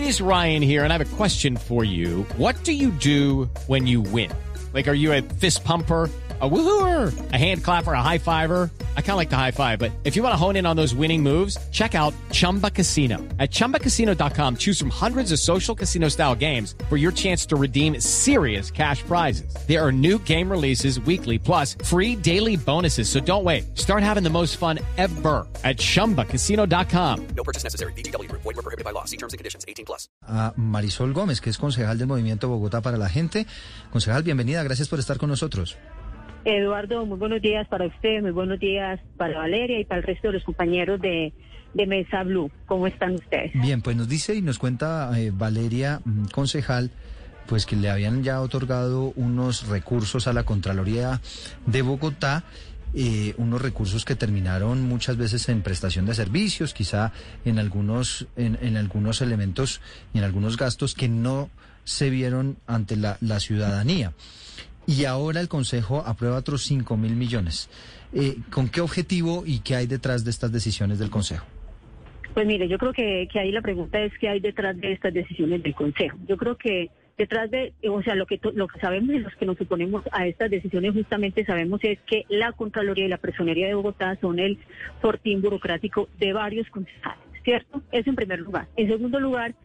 It is Ryan here, and I have a question for you. What do you do when you win? Like, are you a fist pumper, a woohooer, a hand clapper, a high fiver? I kind of like the high five, but if you want to hone in on those winning moves, check out Chumba Casino. At ChumbaCasino.com, choose from hundreds of social casino-style games for your chance to redeem serious cash prizes. There are new game releases weekly, plus free daily bonuses. So don't wait. Start having the most fun ever at ChumbaCasino.com. No purchase necessary. VGW Group. Void where prohibited by law. See terms and conditions. 18+. A Marisol Gómez, que es concejal del Movimiento Bogotá para la Gente. Concejal, bienvenida. Gracias por estar con nosotros. Eduardo, muy buenos días para usted, muy buenos días para Valeria y para el resto de los compañeros de Mesa Blue. ¿Cómo están ustedes? Bien, pues nos dice y nos cuenta Valeria, concejal, pues que le habían ya otorgado unos recursos a la Contraloría de Bogotá, unos recursos que terminaron muchas veces en prestación de servicios, quizá en algunos elementos y en algunos gastos que no se vieron ante la ciudadanía. Y ahora el Consejo aprueba otros 5.000 millones. ¿Con qué objetivo y qué hay detrás de estas decisiones del Consejo? Pues mire, yo creo que ahí la pregunta es qué hay detrás de estas decisiones del Consejo. Yo creo que detrás de, o sea, lo que sabemos y los que nos oponemos a estas decisiones justamente sabemos es que la Contraloría y la Personería de Bogotá son el fortín burocrático de varios concejales, ¿cierto? Eso en primer lugar. En segundo lugar,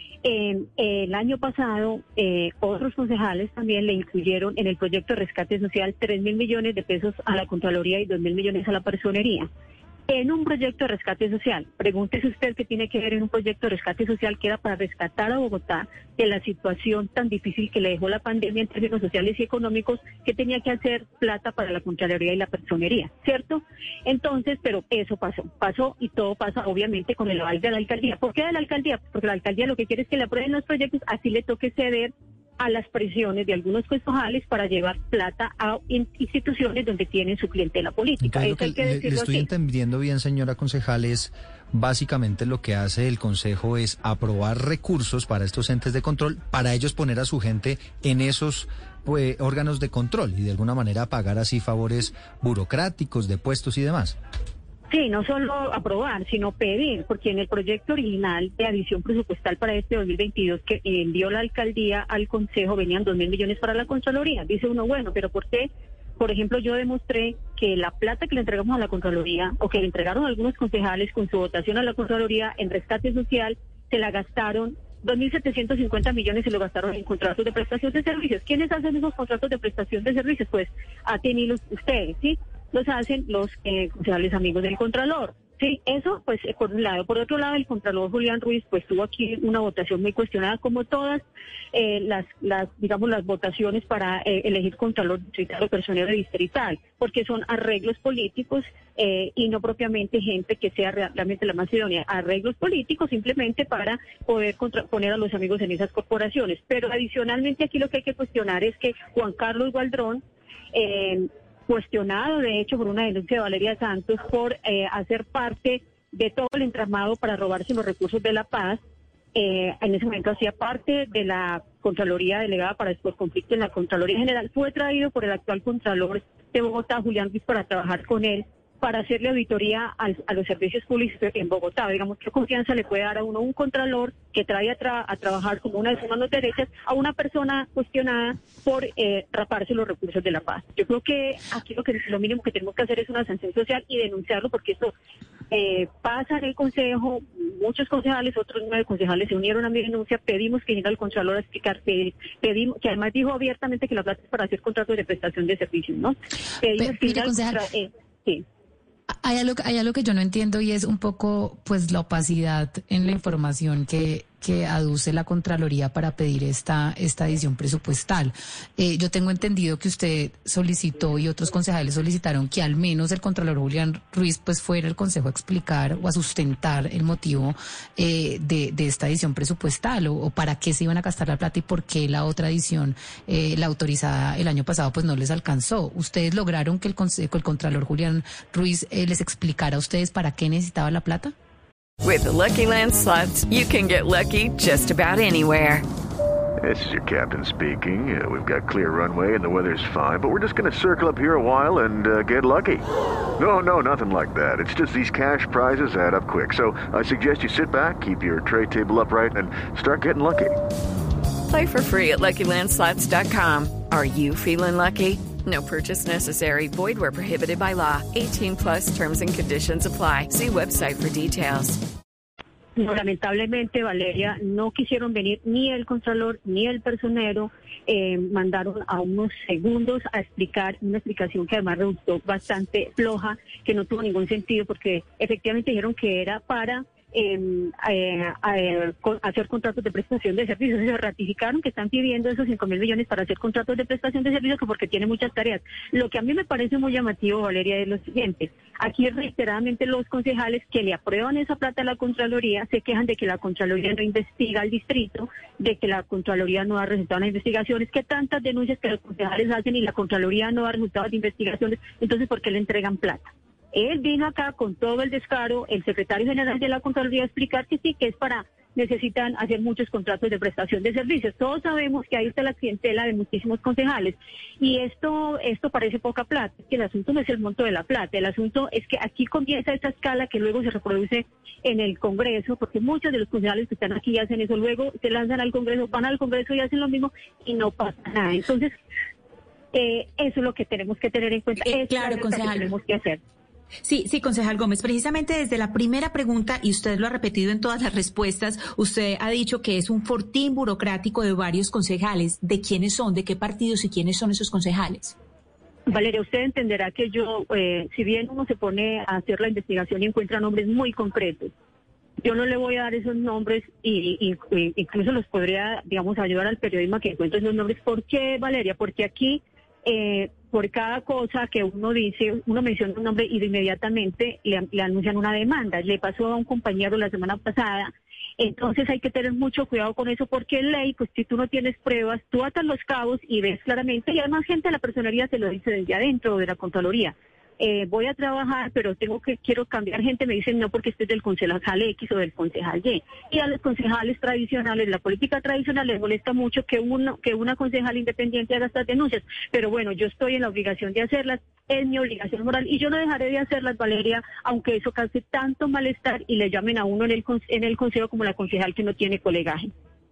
el año pasado, otros concejales también le incluyeron en el proyecto de rescate social 3.000 millones de pesos a la Contraloría y 2.000 millones a la Personería. En un proyecto de rescate social, pregúntese usted qué tiene que ver en un proyecto de rescate social que era para rescatar a Bogotá de la situación tan difícil que le dejó la pandemia en términos sociales y económicos, que tenía que hacer plata para la Contraloría y la Personería, ¿cierto? Entonces, pero eso pasó y todo pasa obviamente con el aval de la alcaldía. ¿Por qué de la alcaldía? Porque la alcaldía lo que quiere es que le aprueben los proyectos, así le toque ceder a las presiones de algunos concejales para llevar plata a instituciones donde tienen su clientela política. Entonces, lo que le estoy entendiendo bien, señora concejal, es básicamente lo que hace el Consejo es aprobar recursos para estos entes de control, para ellos poner a su gente en esos órganos de control y de alguna manera pagar así favores burocráticos de puestos y demás. Sí, no solo aprobar, sino pedir, porque en el proyecto original de adición presupuestal para este 2022 que envió la alcaldía al Consejo venían 2.000 millones para la Contraloría. Dice uno, bueno, pero ¿por qué? Por ejemplo, yo demostré que la plata que le entregamos a la Contraloría, o que le entregaron algunos concejales con su votación a la Contraloría en rescate social, se la gastaron, 2.750 millones se lo gastaron en contratos de prestación de servicios. ¿Quiénes hacen esos contratos de prestación de servicios? Pues ha tenido ustedes, ¿sí? Los hacen los concejales amigos del Contralor. Sí, eso pues por un lado. Por otro lado, el Contralor Julián Ruiz pues tuvo aquí una votación muy cuestionada, como todas las votaciones para elegir Contralor distrital o personero distrital, porque son arreglos políticos y no propiamente gente que sea realmente la más idónea. Arreglos políticos simplemente para poder poner a los amigos en esas corporaciones. Pero adicionalmente aquí lo que hay que cuestionar es que Juan Carlos Gualdrón, cuestionado de hecho por una denuncia de Valeria Santos por hacer parte de todo el entramado para robarse los recursos de la paz, en ese momento hacía parte de la Contraloría delegada para el conflicto en la Contraloría General, fue traído por el actual Contralor de Bogotá, Julián Ruiz, para trabajar con él, para hacerle auditoría a los servicios públicos en Bogotá. Digamos, ¿qué confianza le puede dar a uno un contralor que trae a trabajar como una de sus manos derechas a una persona cuestionada por raparse los recursos de la paz? Yo creo que aquí lo mínimo que tenemos que hacer es una sanción social y denunciarlo, porque esto pasa en el Consejo. Muchos concejales, otros 9 concejales se unieron a mi denuncia, pedimos que llegue el Contralor a explicar, pedimos que además dijo abiertamente que la plata es para hacer contratos de prestación de servicios, ¿no? Pedimos que mire, concejal, sí. Hay algo que yo no entiendo y es un poco pues la opacidad en la información que aduce la Contraloría para pedir esta adición presupuestal. Yo tengo entendido que usted solicitó y otros concejales solicitaron que al menos el Contralor Julián Ruiz pues fuera al Consejo a explicar o a sustentar el motivo de esta adición presupuestal o para qué se iban a gastar la plata y por qué la otra adición, la autorizada el año pasado, pues no les alcanzó. ¿Ustedes lograron que el Contralor Julián Ruiz les explicara a ustedes para qué necesitaba la plata? With the Lucky Land Slots, you can get lucky just about anywhere. This is your captain speaking. We've got clear runway and the weather's fine, but we're just going to circle up here a while and get lucky. No, nothing like that. It's just these cash prizes add up quick. So I suggest you sit back, keep your tray table upright, and start getting lucky. Play for free at LuckyLandSlots.com. Are you feeling lucky? No purchase necessary. Void where prohibited by law. 18 plus terms and conditions apply. See website for details. No, lamentablemente, Valeria, no quisieron venir ni el contralor ni el personero. Mandaron a unos segundos a explicar una explicación que además resultó bastante floja, que no tuvo ningún sentido, porque efectivamente dijeron que era para hacer contratos de prestación de servicios. Se ratificaron que están pidiendo esos 5.000 millones para hacer contratos de prestación de servicios, porque tiene muchas tareas. Lo que a mí me parece muy llamativo, Valeria, es lo siguiente. Aquí reiteradamente los concejales que le aprueban esa plata a la Contraloría se quejan de que la Contraloría no investiga al distrito, de que la Contraloría no da resultados en las investigaciones, que tantas denuncias que los concejales hacen y la Contraloría no da resultados de investigaciones. Entonces, ¿por qué le entregan plata? Él vino acá con todo el descaro, el secretario general de la Contraloría, a explicar que sí, que es para, necesitan hacer muchos contratos de prestación de servicios. Todos sabemos que ahí está la clientela de muchísimos concejales. Y esto parece poca plata, que el asunto no es el monto de la plata, el asunto es que aquí comienza esa escala que luego se reproduce en el Congreso, porque muchos de los concejales que están aquí hacen eso, luego se lanzan al Congreso, van al Congreso y hacen lo mismo y no pasa nada. Entonces, eso es lo que tenemos que tener en cuenta. Claro, concejal. Que tenemos que hacer. Sí, concejal Gómez, precisamente desde la primera pregunta, y usted lo ha repetido en todas las respuestas, usted ha dicho que es un fortín burocrático de varios concejales. ¿De quiénes son? ¿De qué partidos y quiénes son esos concejales? Valeria, usted entenderá que yo, si bien uno se pone a hacer la investigación y encuentra nombres muy concretos, yo no le voy a dar esos nombres y incluso los podría, digamos, ayudar al periodismo a que encuentre esos nombres. ¿Por qué, Valeria? Porque aquí... por cada cosa que uno dice, uno menciona un nombre y de inmediatamente le anuncian una demanda. Le pasó a un compañero la semana pasada. Entonces hay que tener mucho cuidado con eso, porque en ley, pues si tú no tienes pruebas, tú atas los cabos y ves claramente, y además gente de la personería se lo dice desde adentro de la Contraloría. Voy a trabajar, pero quiero cambiar gente, me dicen no, porque este es del concejal X o del concejal Y. Y a los concejales tradicionales, la política tradicional, les molesta mucho que una concejal independiente haga estas denuncias. Pero bueno, yo estoy en la obligación de hacerlas, es mi obligación moral, y yo no dejaré de hacerlas, Valeria, aunque eso cause tanto malestar y le llamen a uno en el consejo como la concejal que no tiene colegaje.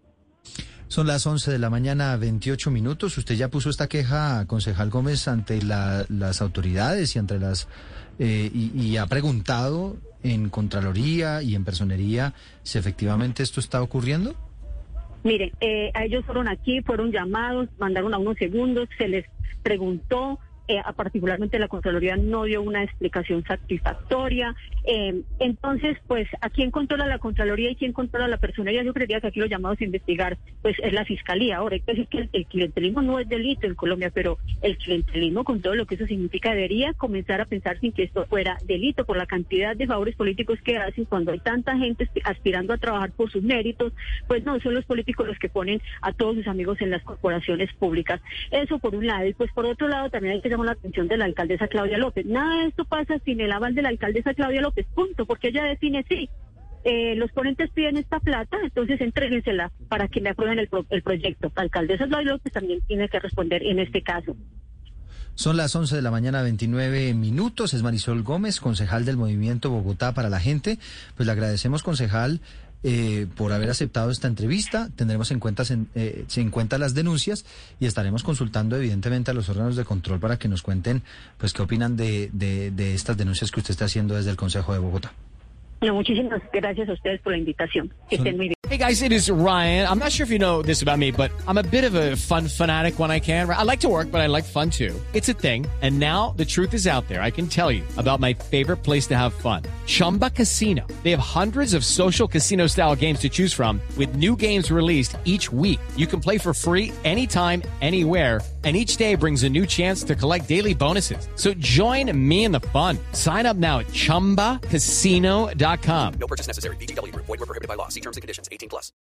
Son las 11 de la mañana, 28 minutos. Usted ya puso esta queja, concejal Gómez, ante las autoridades y ante y ha preguntado en Contraloría y en Personería si efectivamente esto está ocurriendo. Mire, a ellos fueron llamados, mandaron a unos segundos, se les preguntó. Particularmente la Contraloría no dio una explicación satisfactoria. Entonces, pues, ¿a quién controla la Contraloría y quién controla la Personería? Yo creería que aquí los llamados a investigar, pues, es la Fiscalía. Ahora, hay que decir que el clientelismo no es delito en Colombia, pero el clientelismo, con todo lo que eso significa, debería comenzar a pensar sin que esto fuera delito por la cantidad de favores políticos que hacen cuando hay tanta gente aspirando a trabajar por sus méritos. Pues no, son los políticos los que ponen a todos sus amigos en las corporaciones públicas. Eso por un lado. Y pues por otro lado también hay que llamar la atención de la alcaldesa Claudia López. Nada de esto pasa sin el aval de la alcaldesa Claudia López, punto, porque ella define sí. Los ponentes piden esta plata, entonces entréguensela para que le aprueben el proyecto. La alcaldesa Claudia López también tiene que responder en este caso. Son las 11 de la mañana, 29 minutos. Es Marisol Gómez, concejal del Movimiento Bogotá para la Gente. Pues le agradecemos, concejal, por haber aceptado esta entrevista. Tendremos en cuenta las denuncias y estaremos consultando evidentemente a los órganos de control para que nos cuenten pues qué opinan de estas denuncias que usted está haciendo desde el Consejo de Bogotá. No, muchísimas gracias a ustedes por la invitación. Que estén muy bien. Hey guys, it is Ryan. I'm not sure if you know this about me, but I'm a bit of a fun fanatic when I can. I like to work, but I like fun too. It's a thing. And now the truth is out there. I can tell you about my favorite place to have fun. Chumba Casino. They have hundreds of social casino style games to choose from with new games released each week. You can play for free anytime, anywhere. And each day brings a new chance to collect daily bonuses. So join me in the fun. Sign up now at ChumbaCasino.com. No purchase necessary. VGW Group. Void where prohibited by law. See terms and conditions. 18 plus.